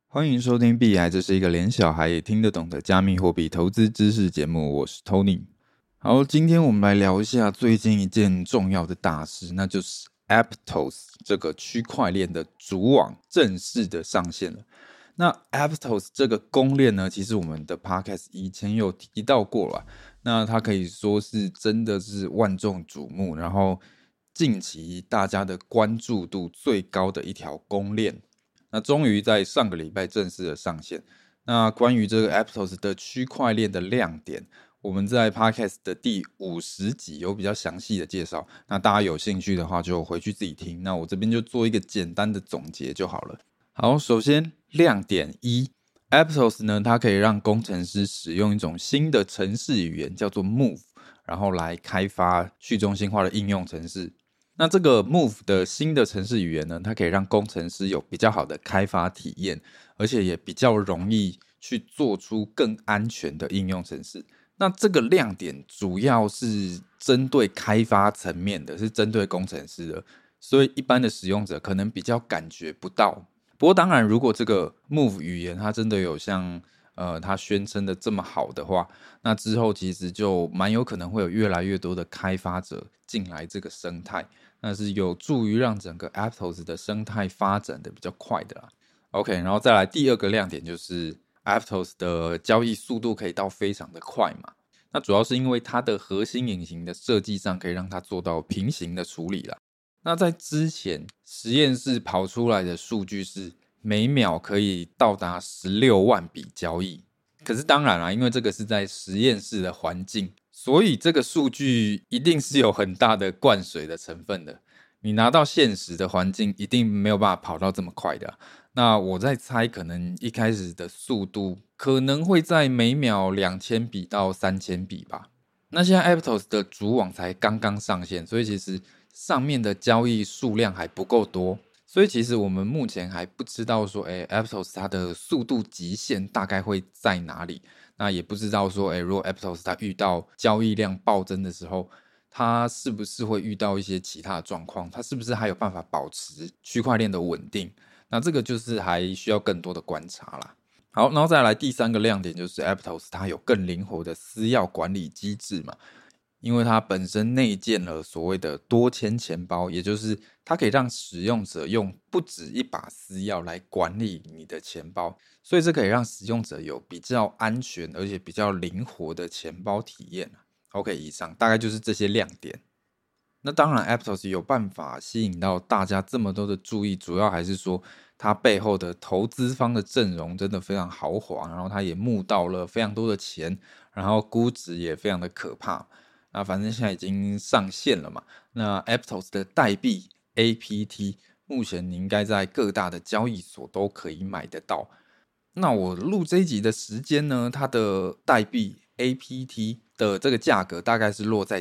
欢迎收听币海，这是一个连小孩也听得懂的加密货币投资知识节目，我是 Tony。好，今天我们来聊一下最近一件重要的大事，那就是 Aptos 这个区块链的主网正式的上线了。那 Aptos 这个公链呢，其实我们的 Podcast 以前有提到过了，那它可以说是真的是万众瞩目，然后近期大家的关注度最高的一条公链。那终于在上个礼拜正式的上线。那关于这个 Aptos 的区块链的亮点，我们在 Podcast 的第50集有比较详细的介绍。那大家有兴趣的话，就回去自己听。那我这边就做一个简单的总结就好了。好，首先亮点一 ，Aptos 呢，它可以让工程师使用一种新的程式语言，叫做 Move， 然后来开发去中心化的应用程式。那这个 Move 的新的程式语言呢，它可以让工程师有比较好的开发体验，而且也比较容易去做出更安全的应用程式。那这个亮点主要是针对开发层面的，是针对工程师的，所以一般的使用者可能比较感觉不到。不过当然，如果这个 Move 语言它真的有像它宣称的这么好的话，那之后其实就蛮有可能会有越来越多的开发者进来这个生态，那是有助于让整个 Aptos 的生态发展的比较快的啦。OK， 然后再来第二个亮点就是 Aptos 的交易速度可以到非常的快嘛，那主要是因为它的核心引擎的设计上可以让它做到平行的处理啦。那在之前实验室跑出来的数据是每秒可以到达16万笔交易，可是当然啦，因为这个是在实验室的环境，所以这个数据一定是有很大的灌水的成分的。你拿到现实的环境，一定没有办法跑到这么快的。那我在猜，可能一开始的速度可能会在每秒2000笔到3000笔吧。那现在 Aptos 的主网才刚刚上线，所以其实上面的交易数量还不够多，所以其实我们目前还不知道说Aptos 它的速度极限大概会在哪里，那也不知道说如果 Aptos 它遇到交易量暴增的时候，它是不是会遇到一些其他的状况，它是不是还有办法保持区块链的稳定，那这个就是还需要更多的观察啦。好，然后再来第三个亮点就是 Aptos 它有更灵活的私钥管理机制嘛，因为它本身内建了所谓的多签钱包，也就是它可以让使用者用不止一把私钥来管理你的钱包，所以这可以让使用者有比较安全而且比较灵活的钱包体验。OK， 以上大概就是这些亮点。那当然 Aptos 有办法吸引到大家这么多的注意，主要还是说它背后的投资方的阵容真的非常豪华，然后它也募到了非常多的钱，然后估值也非常的可怕。那反正现在已经上线了嘛，那 Aptos 的代币 APT 目前你应该在各大的交易所都可以买得到。那我录这一集的时间呢，它的代币 APT 的这个价格大概是落在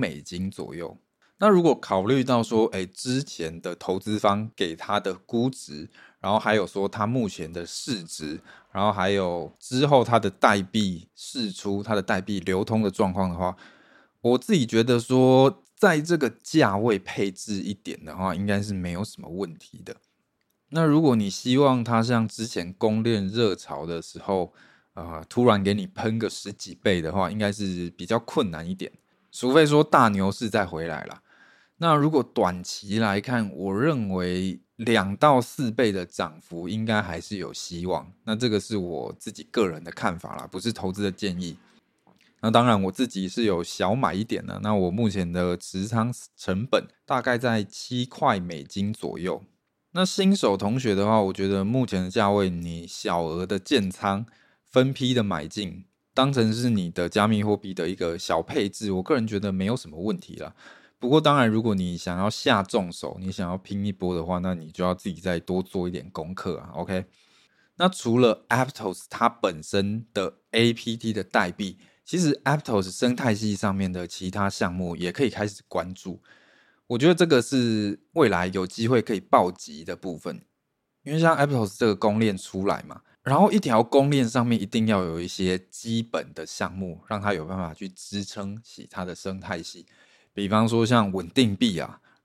$9左右。那如果考虑到说之前的投资方给他的估值，然后还有说他目前的市值，然后还有之后他的代币释出，他的代币流通的状况的话，我自己觉得说在这个价位配置一点的话，应该是没有什么问题的。那如果你希望它像之前公链热潮的时候突然给你喷个10几倍的话，应该是比较困难一点，除非说大牛市再回来啦。那如果短期来看，我认为2到4倍的涨幅应该还是有希望，那这个是我自己个人的看法啦，不是投资的建议。那当然我自己是有小买一点的，那我目前的持仓成本大概在$7左右。那新手同学的话，我觉得目前的价位你小额的建仓分批的买进，当成是你的加密货币的一个小配置，我个人觉得没有什么问题啦。不过当然如果你想要下重手，你想要拼一波的话，那你就要自己再多做一点功课啊。 OK， 那除了 Aptos 它本身的 APT 的代币，其实 Aptos 生态系上面的其他项目也可以开始关注，我觉得这个是未来有机会可以暴击的部分。因为像 Aptos 这个公链出来嘛，然后一条公链上面一定要有一些基本的项目，让它有办法去支撑起它的生态系，比方说像稳定币啊，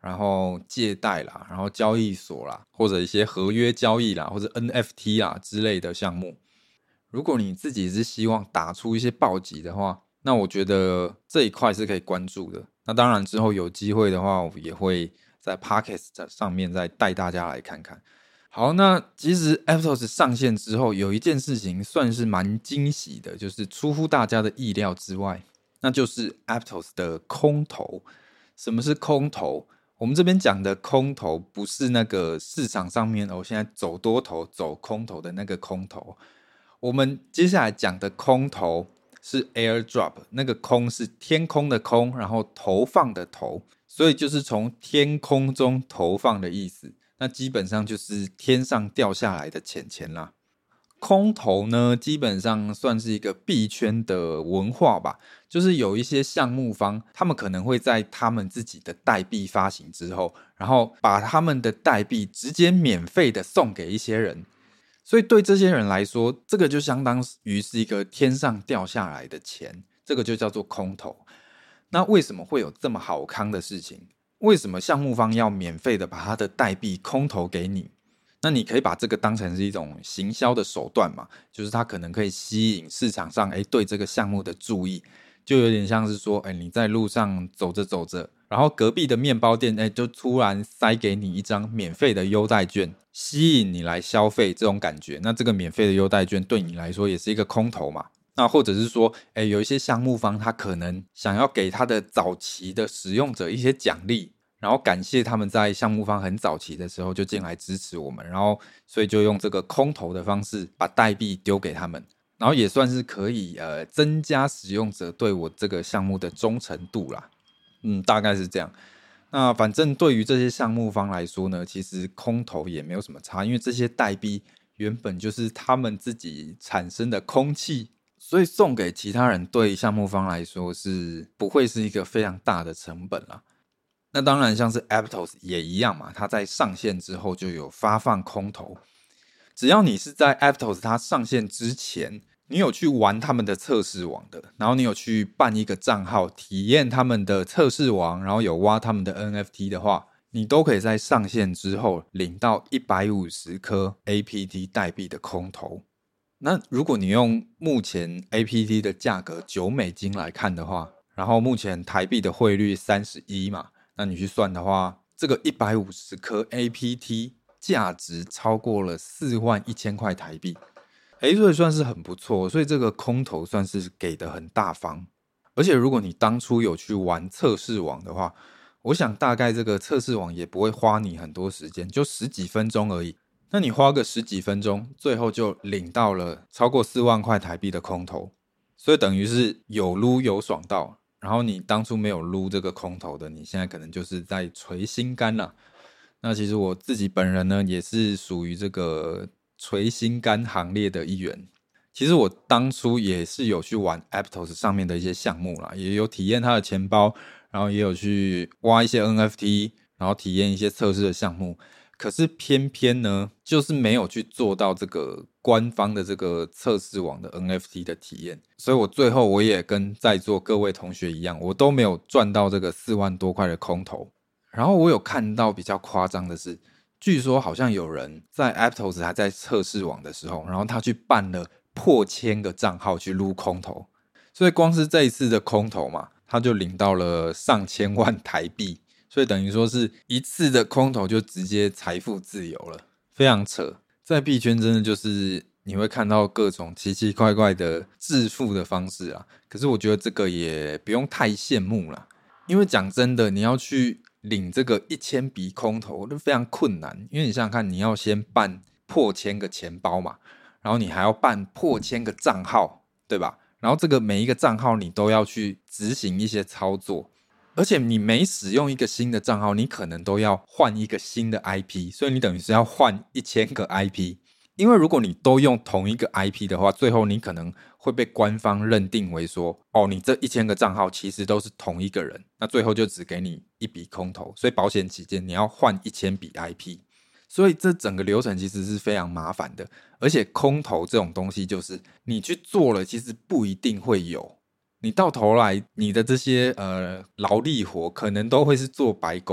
然后借贷啦，然后交易所啦，或者一些合约交易啦，或者 NFT 啦之类的项目。如果你自己是希望打出一些暴击的话，那我觉得这一块是可以关注的。那当然之后有机会的话，我也会在 Podcast 上面再带大家来看看。好，那其实 Aptos 上线之后，有一件事情算是蛮惊喜的，就是出乎大家的意料之外，那就是 Aptos 的空投。什么是空投？我们这边讲的空投不是那个市场上面现在走多头走空头的那个空头，我们接下来讲的空投是 airdrop， 那个空是天空的空，然后投放的投，所以就是从天空中投放的意思。那基本上就是天上掉下来的钱啦。空投呢，基本上算是一个币圈的文化吧，就是有一些项目方，他们可能会在他们自己的代币发行之后，然后把他们的代币直接免费的送给一些人。所以对这些人来说，这个就相当于是一个天上掉下来的钱，这个就叫做空投。那为什么会有这么好康的事情？为什么项目方要免费的把他的代币空投给你？那你可以把这个当成是一种行销的手段嘛，就是它可能可以吸引市场上对这个项目的注意，就有点像是说你在路上走着走着，然后隔壁的面包店就突然塞给你一张免费的优待券，吸引你来消费这种感觉。那这个免费的优待券对你来说也是一个空投嘛。那或者是说有一些项目方他可能想要给他的早期的使用者一些奖励，然后感谢他们在项目方很早期的时候就进来支持我们，然后所以就用这个空投的方式把代币丢给他们，然后也算是可以增加使用者对我这个项目的忠诚度啦。大概是这样。那反正对于这些项目方来说呢，其实空投也没有什么差，因为这些代币原本就是他们自己产生的空气，所以送给其他人对项目方来说是不会是一个非常大的成本啦。那当然像是 Aptos 也一样嘛，它在上线之后就有发放空投，只要你是在 Aptos 它上线之前你有去玩他们的测试网的，然后你有去办一个账号体验他们的测试网，然后有挖他们的 NFT 的话，你都可以在上线之后领到150颗 APT 代币的空投。那如果你用目前 APT 的价格$9来看的话，然后目前台币的汇率31嘛，那你去算的话，这个150颗 APT 价值超过了41000块台币，所以算是很不错，所以这个空投算是给的很大方。而且如果你当初有去玩测试网的话，我想大概这个测试网也不会花你很多时间，就10几分钟而已。那你花个10几分钟，最后就领到了超过4万块台币的空投，所以等于是有撸有爽到。然后你当初没有撸这个空投的，你现在可能就是在捶心肝啦。那其实我自己本人呢，也是属于这个捶心肝行列的一员。其实我当初也是有去玩 Aptos 上面的一些项目啦，也有体验它的钱包，然后也有去挖一些 NFT， 然后体验一些测试的项目。可是偏偏呢，就是没有去做到这个官方的这个测试网的 NFT 的体验，所以我最后我也跟在座各位同学一样，我都没有赚到这个4万多块的空投。然后我有看到比较夸张的是，据说好像有人在 Aptos 还在测试网的时候，然后他去办了破1000个账号去撸空投，所以光是这一次的空投嘛，他就领到了上千万台币。所以等于说是一次的空投就直接财富自由了，非常扯。在币圈真的就是你会看到各种奇奇怪怪的致富的方式啊，可是我觉得这个也不用太羡慕啦，因为讲真的，你要去领这个1000笔空投都非常困难，因为你想想看，你要先办破1000个钱包嘛，然后你还要办破1000个账号，对吧？然后这个每一个账号你都要去执行一些操作，而且你每使用一个新的账号，你可能都要换一个新的 IP， 所以你等于是要换1000个 IP。因为如果你都用同一个 IP 的话，最后你可能会被官方认定为说，你这1000个账号其实都是同一个人，那最后就只给你一笔空投，所以保险起见，你要换1000笔 IP。所以这整个流程其实是非常麻烦的，而且空投这种东西就是你去做了，其实不一定会有。你到头来你的这些劳力活可能都会是做白工，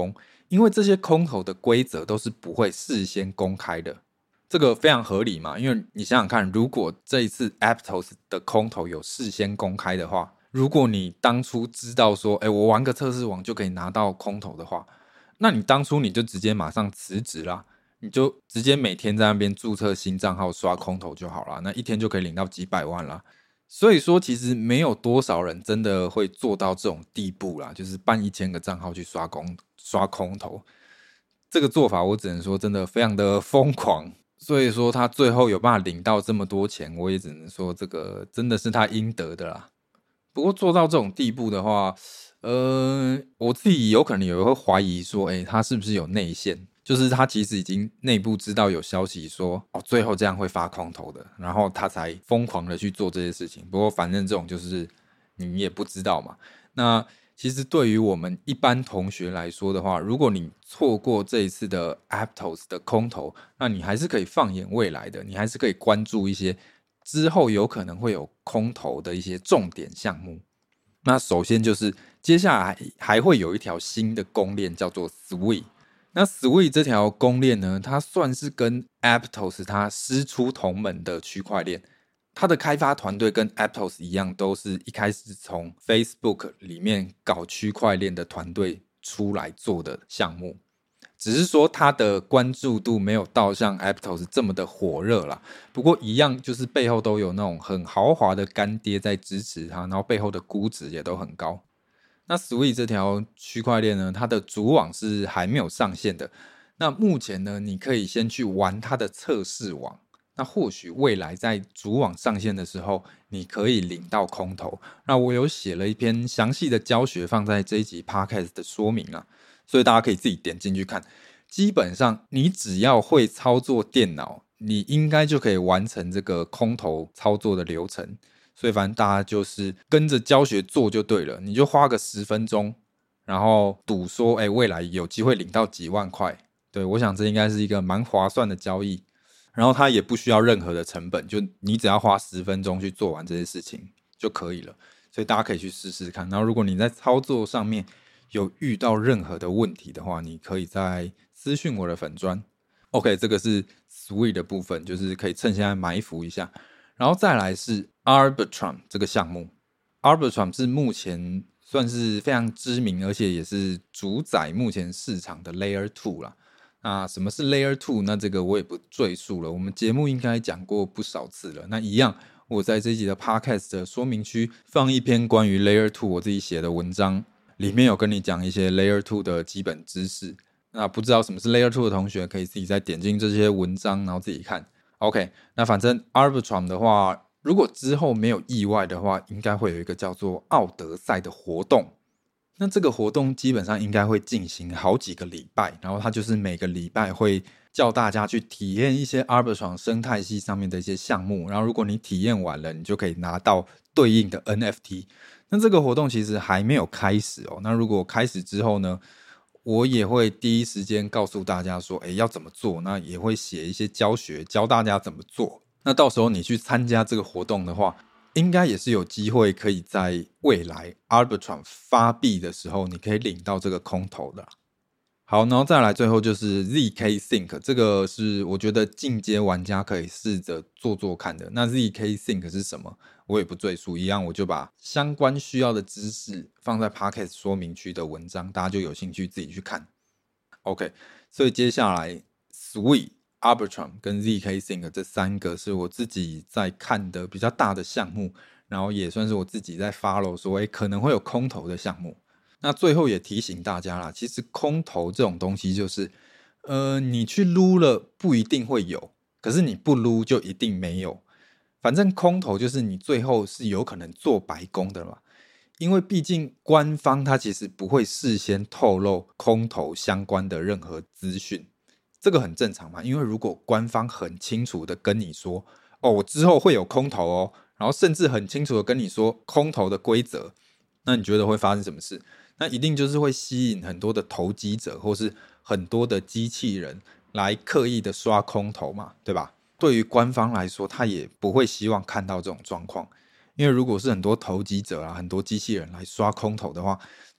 因为这些空头的规则都是不会事先公开的，这个非常合理嘛，因为你想想看，如果这一次 Aptos 的空头有事先公开的话，如果你当初知道说我玩个测试网就可以拿到空头的话，那你当初你就直接马上辞职啦，你就直接每天在那边注册新账号刷空头就好了，那一天就可以领到几百万啦。所以说其实没有多少人真的会做到这种地步啦，就是办1000个账号去刷空头，这个做法我只能说真的非常的疯狂。所以说他最后有办法领到这么多钱，我也只能说这个真的是他应得的啦。不过做到这种地步的话，我自己有可能也会怀疑说，他是不是有内线？就是他其实已经内部知道有消息说，最后这样会发空头的，然后他才疯狂的去做这些事情。不过反正这种就是你也不知道嘛。那其实对于我们一般同学来说的话，如果你错过这一次的 Aptos 的空头，那你还是可以放眼未来的，你还是可以关注一些之后有可能会有空头的一些重点项目。那首先就是接下来还会有一条新的公链叫做 Sui。 那 Sui 这条公链呢，它算是跟 Aptos 它师出同门的区块链，它的开发团队跟 Aptos 一样，都是一开始从 Facebook 里面搞区块链的团队出来做的项目，只是说它的关注度没有到像 Aptos 这么的火热啦。不过一样就是背后都有那种很豪华的干爹在支持它，然后背后的估值也都很高。那 Sui 这条区块链呢，它的主网是还没有上线的。那目前呢，你可以先去玩它的测试网。那或许未来在主网上线的时候，你可以领到空投。那我有写了一篇详细的教学放在这一集 Podcast 的说明啊，所以大家可以自己点进去看。基本上你只要会操作电脑，你应该就可以完成这个空投操作的流程。所以反正大家就是跟着教学做就对了，你就花个10分钟，然后赌说未来有机会领到几万块。对，我想这应该是一个蛮划算的交易，然后它也不需要任何的成本，就你只要花10分钟去做完这些事情就可以了。所以大家可以去试试看，然后如果你在操作上面有遇到任何的问题的话，你可以再私讯我的粉专。 OK， 这个是 Sui 的部分，就是可以趁现在埋伏一下。然后再来是 Arbitrum 这个项目。 Arbitrum 是目前算是非常知名，而且也是主宰目前市场的 Layer 2 啦。那什么是 Layer 2？ 那这个我也不赘述了，我们节目应该讲过不少次了。那一样，我在这一集的 Podcast 的说明区放一篇关于 Layer 2我自己写的文章，里面有跟你讲一些 Layer 2的基本知识。那不知道什么是 Layer 2的同学，可以自己再点进这些文章，然后自己看。OK， 那反正 Arbitrum 的话，如果之后没有意外的话，应该会有一个叫做奥德赛的活动。那这个活动基本上应该会进行好几个礼拜，然后它就是每个礼拜会叫大家去体验一些 Arbitrum 生态系上面的一些项目，然后如果你体验完了，你就可以拿到对应的 NFT。那这个活动其实还没有开始哦。那如果开始之后呢，我也会第一时间告诉大家说要怎么做，那也会写一些教学教大家怎么做。那到时候你去参加这个活动的话，应该也是有机会可以在未来 Arbitrum 发币的时候，你可以领到这个空投的。好，然后再来最后就是 ZK Sync， 这个是我觉得进阶玩家可以试着做做看的。那 ZK Sync 是什么？我也不赘述，一样我就把相关需要的知识放在 Podcast 说明区的文章，大家就有兴趣自己去看。OK， 所以接下来 Sui、Arbitrum 跟 ZK Sync 这3个是我自己在看的比较大的项目，然后也算是我自己在 follow 说可能会有空投的项目。那最后也提醒大家啦，其实空投这种东西就是你去撸了不一定会有，可是你不撸就一定没有。反正空投就是你最后是有可能做白工的嘛，因为毕竟官方它其实不会事先透露空投相关的任何资讯，这个很正常嘛。因为如果官方很清楚的跟你说我之后会有空投哦，然后甚至很清楚的跟你说空投的规则，那你觉得会发生什么事？那一定就是会吸引很多的投机者或是很多的机器人来刻意的刷空投嘛，对吧？对于官方来说，他也不会希望看到这种状况，因为如果是很多投机者很多机器人来刷空投的话，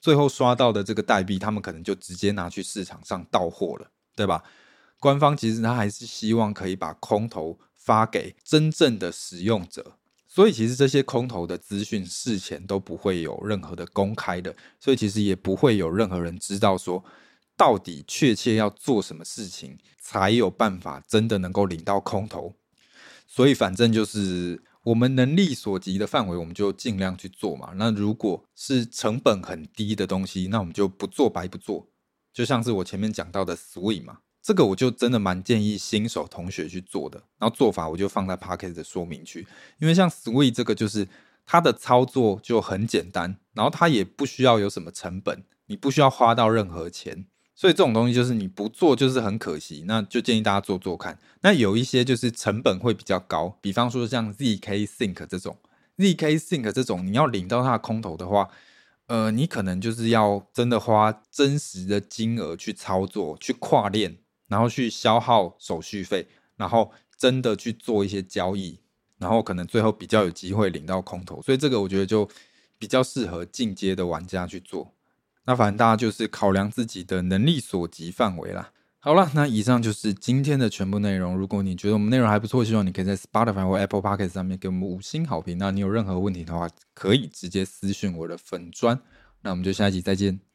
最后刷到的这个代币他们可能就直接拿去市场上到货了，对吧？官方其实他还是希望可以把空投发给真正的使用者，所以其实这些空投的资讯事前都不会有任何的公开的，所以其实也不会有任何人知道说到底确切要做什么事情才有办法真的能够领到空投。所以反正就是我们能力所及的范围我们就尽量去做嘛，那如果是成本很低的东西，那我们就不做白不做，就像是我前面讲到的 Swing 嘛，这个我就真的蛮建议新手同学去做的，然后做法我就放在 Podcast 的说明区，因为像 Swing 这个就是它的操作就很简单，然后它也不需要有什么成本，你不需要花到任何钱，所以这种东西就是你不做就是很可惜，那就建议大家做做看。那有一些就是成本会比较高，比方说像 ZK Sync 这种 ZK Sync 这种你要领到它的空投的话，你可能就是要真的花真实的金额去操作，去跨链，然后去消耗手续费，然后真的去做一些交易，然后可能最后比较有机会领到空投，所以这个我觉得就比较适合进阶的玩家去做。那反正大家就是考量自己的能力所及范围啦。好了，那以上就是今天的全部内容。如果你觉得我们内容还不错，希望你可以在 Spotify 或 Apple Podcast 上面给我们5星好评。那你有任何问题的话，可以直接私讯我的粉专。那我们就下一集再见。